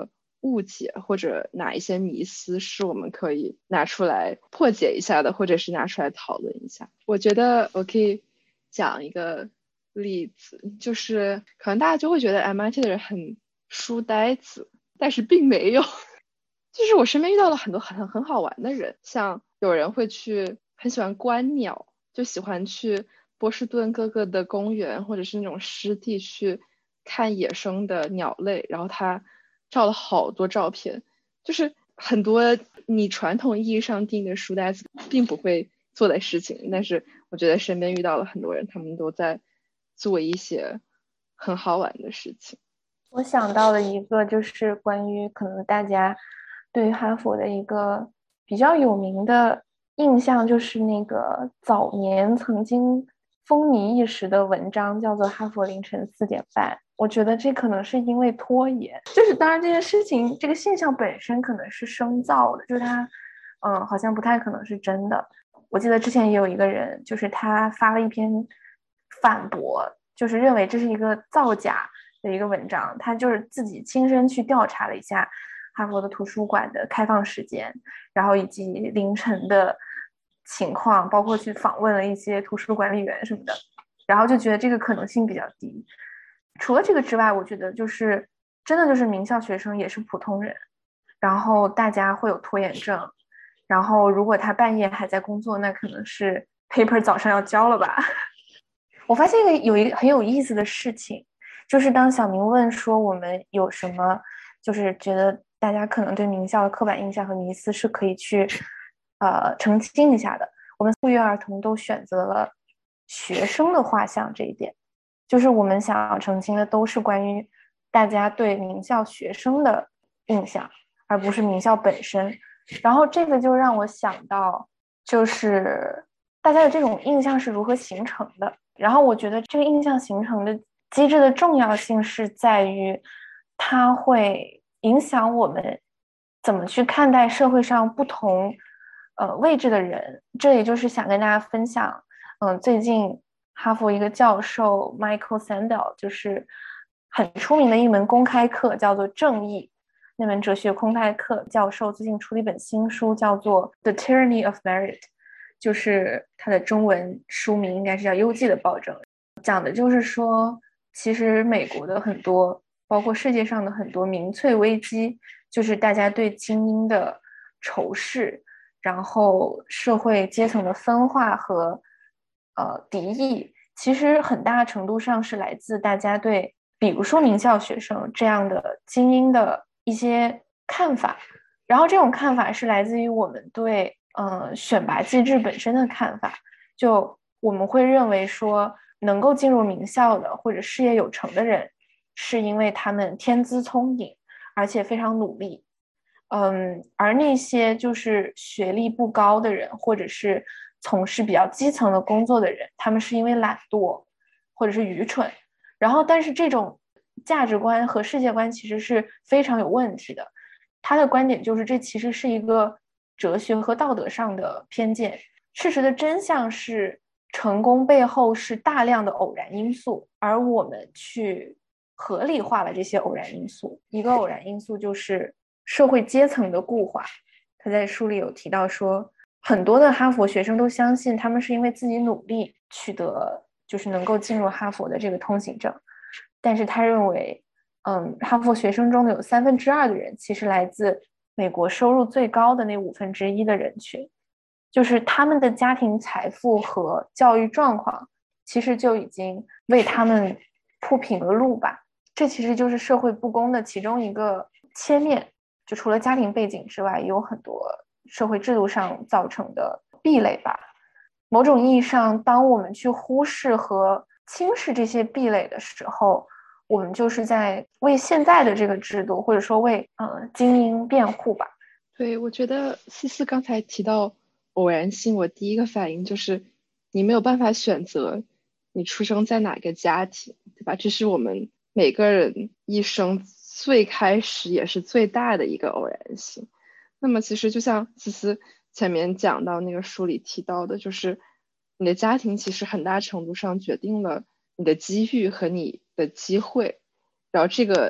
误解或者哪一些迷思是我们可以拿出来破解一下的，或者是拿出来讨论一下。我觉得我可以讲一个例子，就是可能大家就会觉得 MIT 的人很书呆子，但是并没有。就是我身边遇到了很多很好玩的人，像有人会去很喜欢观鸟，就喜欢去波士顿各个的公园或者是那种湿地去看野生的鸟类，然后他照了好多照片，就是很多你传统意义上定义的书呆子并不会做的事情，但是我觉得身边遇到了很多人，他们都在做一些很好玩的事情。 我想到了一个，就是关于可能大家对哈佛的一个比较有名的印象，就是那个早年曾经风靡一时的文章，叫做《哈佛凌晨4点半》。我觉得这可能是因为拖延，就是当然这件事情这个现象本身可能是生造的，就是它好像不太可能是真的。我记得之前也有一个人，就是他发了一篇反驳，就是认为这是一个造假的一个文章，他就是自己亲身去调查了一下哈佛的图书馆的开放时间，然后以及凌晨的情况，包括去访问了一些图书管理员什么的，然后就觉得这个可能性比较低。除了这个之外，我觉得就是真的就是名校学生也是普通人，然后大家会有拖延症，然后如果他半夜还在工作，那可能是 paper 早上要交了吧。我发现有一个很有意思的事情，就是当小明问说我们有什么，就是觉得大家可能对名校的刻板印象和迷思是可以去澄清一下的。我们不约而同都选择了学生的画像这一点，就是我们想要澄清的都是关于大家对名校学生的印象，而不是名校本身。然后这个就让我想到，就是大家的这种印象是如何形成的。然后我觉得这个印象形成的机制的重要性是在于，它会影响我们怎么去看待社会上不同位置的人。这也就是想跟大家分享，最近哈佛一个教授 Michael Sandel 就是很出名的一门公开课，叫做正义。那门哲学公开课教授最近出了一本新书，叫做《The Tyranny of Merit》，就是它的中文书名应该是叫《优绩的暴政》，讲的就是说，其实美国的很多，包括世界上的很多民粹危机，就是大家对精英的仇视，然后社会阶层的分化和敌意，其实很大程度上是来自大家对，比如说名校学生这样的精英的一些看法，然后这种看法是来自于我们对选拔机制本身的看法，就我们会认为说能够进入名校的或者事业有成的人，是因为他们天资聪颖，而且非常努力。而那些就是学历不高的人，或者是从事比较基层的工作的人，他们是因为懒惰或者是愚蠢。然后，但是这种价值观和世界观其实是非常有问题的。他的观点就是，这其实是一个哲学和道德上的偏见。事实的真相是，成功背后是大量的偶然因素，而我们去合理化了这些偶然因素。一个偶然因素就是社会阶层的固化。他在书里有提到说，很多的哈佛学生都相信他们是因为自己努力取得，就是能够进入哈佛的这个通行证。但是他认为，哈佛学生中的有2/3的人其实来自美国收入最高的那1/5的人群，就是他们的家庭财富和教育状况，其实就已经为他们铺平了路吧。这其实就是社会不公的其中一个切面，就除了家庭背景之外，也有很多社会制度上造成的壁垒吧。某种意义上，当我们去忽视和轻视这些壁垒的时候，我们就是在为现在的这个制度，或者说为精英辩护吧。 对，我觉得思思刚才提到偶然性，我第一个反应就是你没有办法选择你出生在哪个家庭，对吧？这是我们每个人一生最开始也是最大的一个偶然性。那么其实就像思思前面讲到那个书里提到的，就是你的家庭其实很大程度上决定了你的机遇和你的机会，然后这个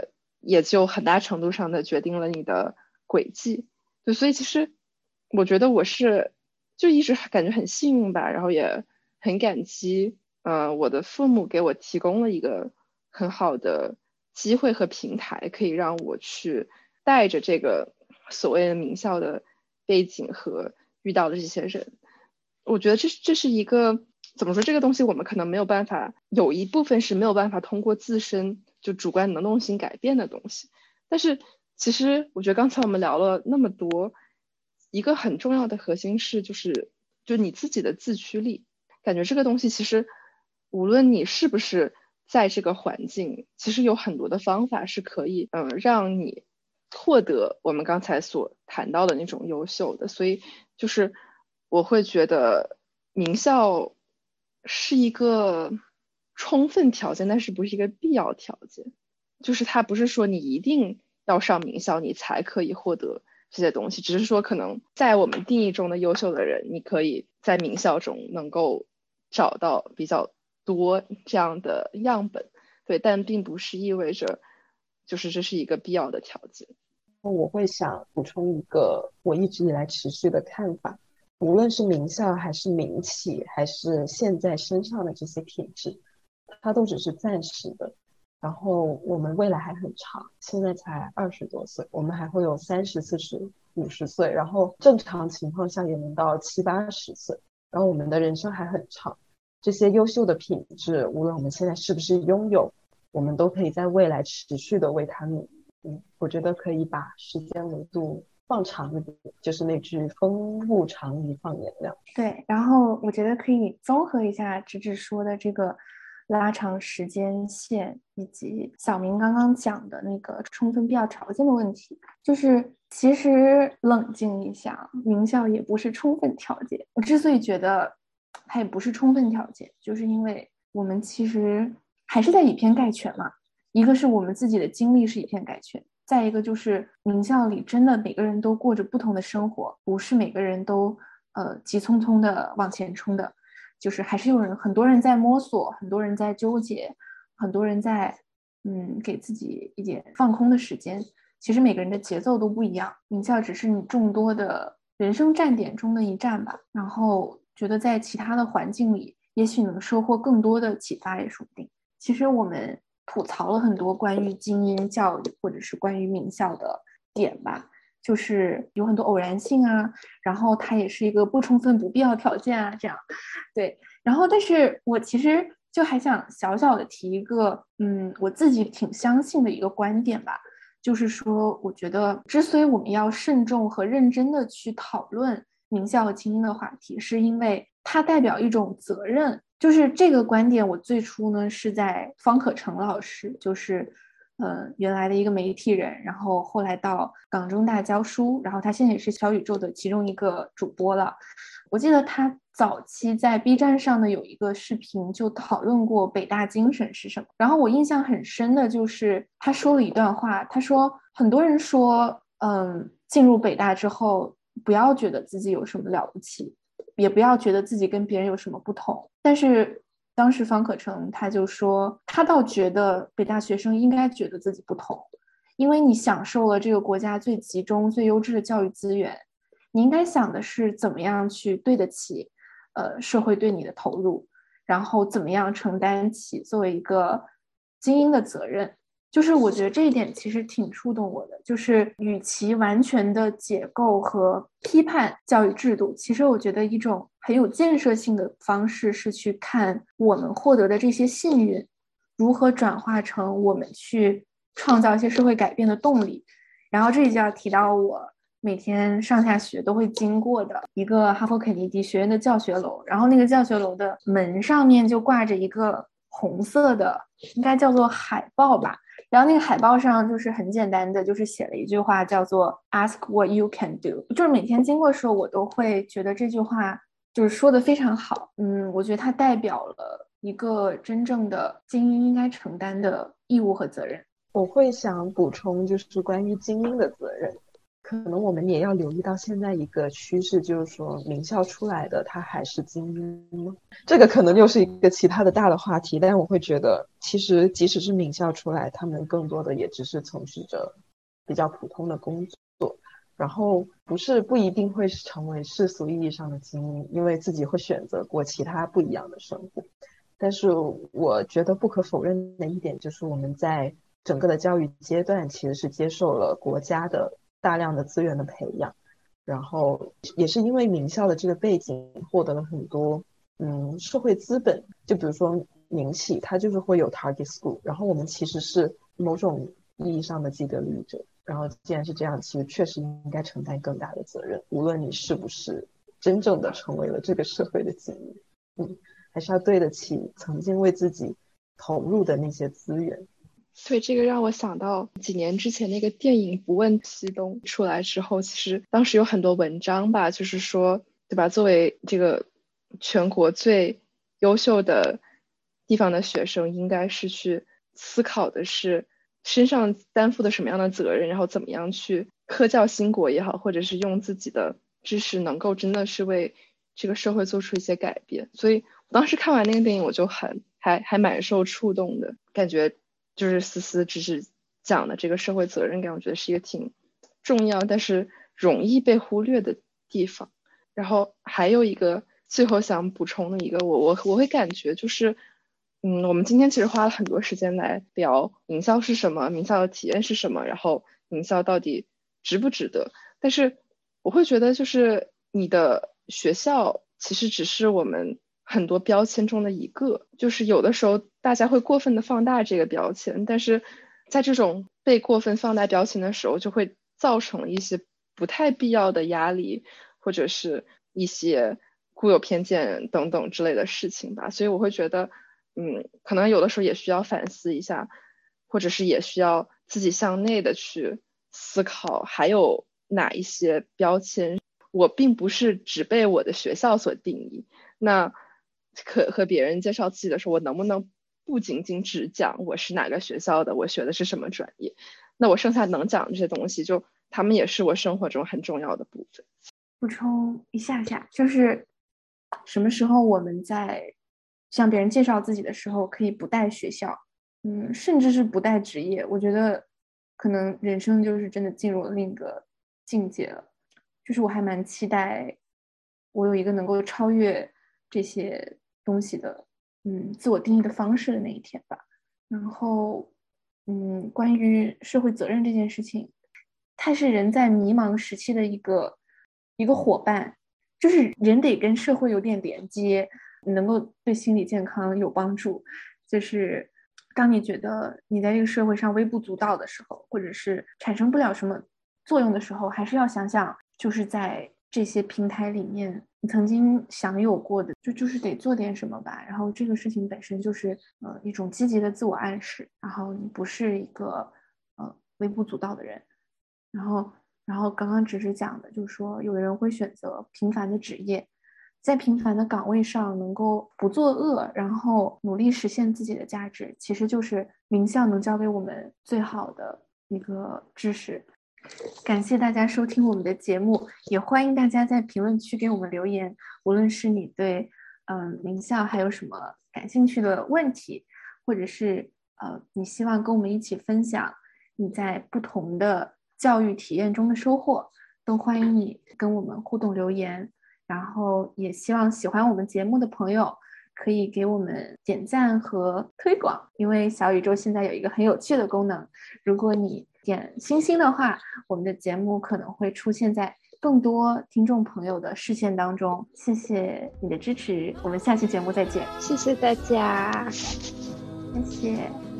也就很大程度上的决定了你的轨迹。对，所以其实我觉得我是就一直感觉很幸运吧，然后也很感激，我的父母给我提供了一个很好的机会和平台，可以让我去带着这个所谓的名校的背景和遇到的这些人。我觉得这是一个怎么说，这个东西我们可能没有办法，有一部分是没有办法通过自身就主观能动性改变的东西。但是其实我觉得刚才我们聊了那么多，一个很重要的核心是就你自己的自驱力。感觉这个东西其实无论你是不是在这个环境，其实有很多的方法是可以让你获得我们刚才所谈到的那种优秀的。所以就是我会觉得名校是一个充分条件，但是不是一个必要条件。就是它不是说你一定要上名校你才可以获得这些东西，只是说可能在我们定义中的优秀的人，你可以在名校中能够找到比较多这样的样本。对，但并不是意味着就是这是一个必要的条件。 我会想补充一个我一直以来持续的看法，无论是名校还是民企，还是现在身上的这些品质，它都只是暂时的。然后我们未来还很长，现在才20多岁，我们还会有30、40、50岁，然后正常情况下也能到70、80岁，然后我们的人生还很长。这些优秀的品质，无论我们现在是不是拥有，我们都可以在未来持续的为它努力。我觉得可以把时间维度放长一点，就是那句风物长宜放眼量。 对，然后我觉得可以综合一下直直说的这个拉长时间线，以及小明刚刚讲的那个充分必要条件的问题。就是其实冷静一下，名校也不是充分条件。我之所以觉得它也不是充分条件，就是因为我们其实还是在以偏概全嘛。一个是我们自己的经历是以偏概全，再一个就是名校里真的每个人都过着不同的生活，不是每个人都急匆匆的往前冲的，就是还是很多人在摸索，很多人在纠结，很多人在给自己一点放空的时间。其实每个人的节奏都不一样，名校只是你众多的人生站点中的一站吧。然后觉得在其他的环境里，也许能收获更多的启发也说不定。其实我们吐槽了很多关于精英教育或者是关于名校的点吧，就是有很多偶然性啊，然后它也是一个不充分不必要条件啊，这样。对，然后但是我其实就还想小小的提一个我自己挺相信的一个观点吧，就是说我觉得之所以我们要慎重和认真的去讨论名校和精英的话题，是因为它代表一种责任。就是这个观点我最初呢是在方可成老师，就是原来的一个媒体人，然后后来到港中大教书，然后他现在也是小宇宙的其中一个主播了。我记得他早期在 B 站上的有一个视频就讨论过北大精神是什么，然后我印象很深的就是他说了一段话，他说很多人说进入北大之后不要觉得自己有什么了不起，也不要觉得自己跟别人有什么不同，但是当时方可成他就说，他倒觉得北大学生应该觉得自己不同，因为你享受了这个国家最集中最优质的教育资源，你应该想的是怎么样去对得起社会对你的投入，然后怎么样承担起作为一个精英的责任。就是我觉得这一点其实挺触动我的，就是与其完全的解构和批判教育制度，其实我觉得一种很有建设性的方式是去看我们获得的这些幸运如何转化成我们去创造一些社会改变的动力。然后这里就要提到我每天上下学都会经过的一个哈佛肯尼迪学院的教学楼，然后那个教学楼的门上面就挂着一个红色的，应该叫做海报吧，然后那个海报上就是很简单的，就是写了一句话叫做 Ask what you can do， 就是每天经过的时候我都会觉得这句话就是说的非常好。我觉得它代表了一个真正的精英应该承担的义务和责任。 我会想补充就是关于精英的责任， 可能我们也要留意到现在一个趋势，就是说名校出来的他还是精英吗？这个可能又是一个其他的大的话题，但我会觉得其实即使是名校出来，他们更多的也只是从事着比较普通的工作，然后不一定会成为世俗意义上的精英，因为自己会选择过其他不一样的生活。但是我觉得不可否认的一点就是我们在整个的教育阶段其实是接受了国家的大量的资源的培养，然后也是因为名校的这个背景获得了很多社会资本，就比如说名企它就是会有 target school， 然后我们其实是某种意义上的既得利益者，然后既然是这样，其实确实应该承担更大的责任，无论你是不是真正的成为了这个社会的精英，还是要对得起曾经为自己投入的那些资源。 对，这个让我想到几年之前那个电影《不问西东》出来之后，其实当时有很多文章吧，就是说，对吧？作为这个全国最优秀的地方的学生，应该是去思考的是身上担负的什么样的责任，然后怎么样去科教兴国也好，或者是用自己的知识能够真的是为这个社会做出一些改变。所以我当时看完那个电影，我就还蛮受触动的，感觉就是思思只是讲的这个社会责任感，我觉得是一个挺重要但是容易被忽略的地方。然后还有一个最后想补充的一个，我会感觉就是，我们今天其实花了很多时间来聊名校是什么，名校的体验是什么，然后名校到底值不值得。但是我会觉得，就是你的学校其实只是我们很多标签中的一个，就是有的时候大家会过分的放大这个标签，但是在这种被过分放大标签的时候，就会造成一些不太必要的压力，或者是一些固有偏见等等之类的事情吧。所以我会觉得，可能有的时候也需要反思一下，或者是也需要自己向内的去思考，还有哪一些标签我并不是只被我的学校所定义。那和别人介绍自己的时候，我能不能不仅仅只讲我是哪个学校的，我学的是什么专业？那我剩下能讲这些东西，就他们也是我生活中很重要的部分。 补充一下，就是什么时候我们在向别人介绍自己的时候，可以不带学校，甚至是不带职业。我觉得可能人生就是真的进入了另一个境界了。就是我还蛮期待，我有一个能够超越这些东西的，自我定义的方式的那一天吧。然后，关于社会责任这件事情，它是人在迷茫时期的一个伙伴，就是人得跟社会有点连接，能够对心理健康有帮助。就是当你觉得你在这个社会上微不足道的时候，或者是产生不了什么作用的时候，还是要想想，就是在这些平台里面，你曾经享有过的，就是得做点什么吧。然后这个事情本身就是一种积极的自我暗示，然后你不是一个微不足道的人。然后刚刚只是讲的，就是说有的人会选择平凡的职业，在平凡的岗位上能够不作恶，然后努力实现自己的价值，其实就是名校能教给我们最好的一个知识。感谢大家收听我们的节目，也欢迎大家在评论区给我们留言，无论是你对名校还有什么感兴趣的问题，或者是你希望跟我们一起分享你在不同的教育体验中的收获，都欢迎你跟我们互动留言。然后也希望喜欢我们节目的朋友可以给我们点赞和推广，因为小宇宙现在有一个很有趣的功能，如果你点星星的话，我们的节目可能会出现在更多听众朋友的视线当中。谢谢你的支持，我们下期节目再见。 谢谢大家。 谢谢。